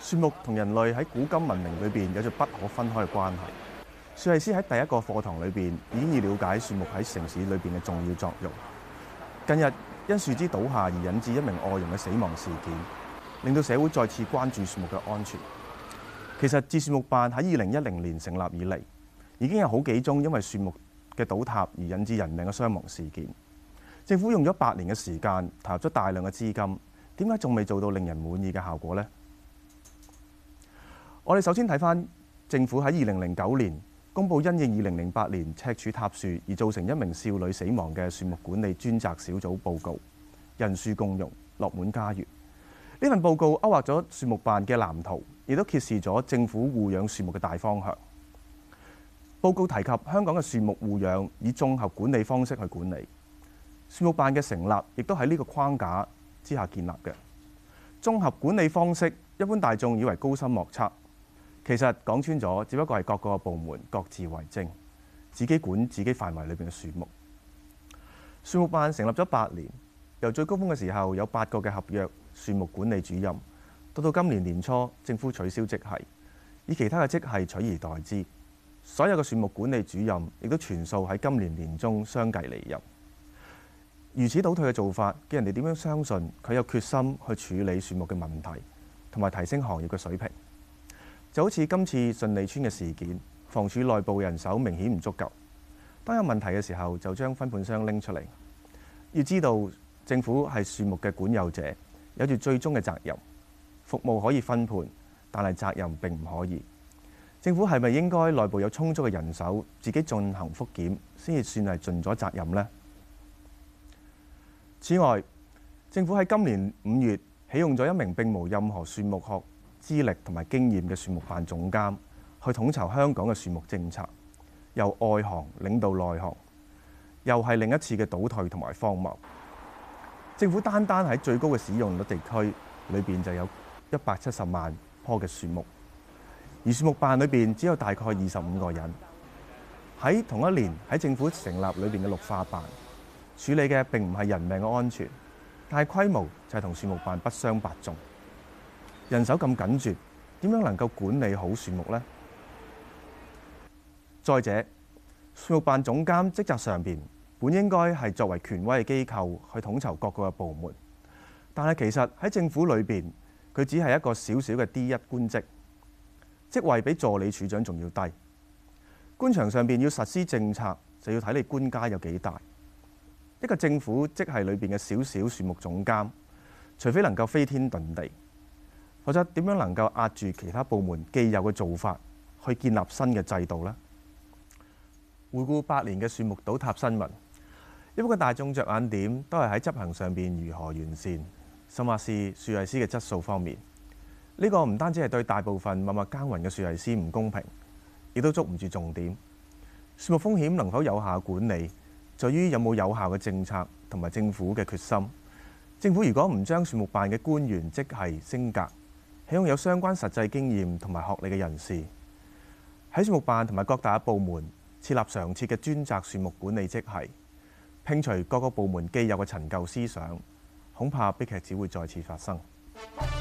樹木同人類喺古今文明裏邊有着不可分開嘅關係。樹藝師喺第一個課堂裏邊已經要了解樹木喺城市裏邊嘅重要作用。近日因樹枝倒下而引致一名外傭嘅死亡事件，令到社會再次關注樹木嘅安全。其實自樹木辦喺2010年成立以嚟，已經有好幾宗因為樹木嘅倒塌而引致人命嘅傷亡事件。政府用咗8年嘅時間，投入咗大量嘅資金，點解仲未做到令人滿意嘅效果呢？我哋首先睇返政府喺2009年公佈因應2008年赤柱塌樹而造成1名少女死亡嘅樹木管理專責小組報告，人樹共融，樂滿家園。呢份報告勾畫咗樹木辦嘅藍圖，亦都揭示咗政府護養樹木嘅大方向。報告提及香港嘅樹木護養以綜合管理方式去管理，樹木辦嘅成立亦都喺呢個框架之下建立嘅。綜合管理方式，一般大眾以為高深莫測，其實講穿咗，只不過係各個部門各自為政，自己管自己範圍裏邊嘅樹木。樹木辦成立咗8年，由最高峰嘅時候有8個嘅合約樹木管理主任，到今年年初政府取消職系，以其他嘅職系取而代之。所有嘅樹木管理主任亦都全數喺今年年中相繼離任。如此倒退嘅做法，叫人哋點樣相信佢有決心去處理樹木嘅問題，同埋提升行業嘅水平？就好似今次順利村嘅事件，房署內部人手明顯唔足夠。當有問題嘅時候，就將分判商拎出嚟。要知道，政府係樹木嘅管有者，有住最終嘅責任。服務可以分判，但係責任並唔可以。政府係咪應該內部有充足嘅人手，自己進行復檢，先至算係盡咗責任呢？此外，政府喺今年5月起用咗1名並無任何樹木學資歷同埋經驗嘅樹木辦總監，去統籌香港嘅樹木政策，由外行領導內行，又係另一次嘅倒退同埋荒謬。政府單喺最高嘅使用率地區裏邊就有170萬棵嘅樹木，而樹木辦裏邊只有大概25個人。喺同一年喺政府成立裏邊嘅綠化辦，處理嘅並唔係人命嘅安全，但係規模就係同樹木辦不相伯仲。人手咁緊絀，點樣能夠管理好樹木呢？再者，樹木辦總監職責上邊本應該係作為權威嘅機構去統籌各個嘅部門，但係其實喺政府裏邊，佢只係一個小小嘅 D1 官職，職位比助理處長仲要低。官場上邊要實施政策，就要睇你官階有幾大。一個政府職系裏邊嘅小小樹木總監，除非能夠飛天遁地，否則點樣能夠壓住其他部門既有嘅做法，去建立新嘅制度呢？回顧8年嘅樹木倒塌新聞，一般嘅大眾着眼點都係喺執行上邊如何完善，甚或是樹藝師嘅質素方面。呢個唔單止係對大部分默默耕耘嘅樹藝師唔公平，亦都捉唔住重點。樹木風險能否有效管理，在於有冇有效嘅政策同埋政府嘅決心。政府如果唔將樹木辦嘅官員職系升格，起用有相關實際經驗同埋學歷嘅人士，喺樹木辦同埋各大部門設立常設嘅專責樹木管理職系，摒除各個部門既有嘅陳舊思想，恐怕悲劇只會再次發生。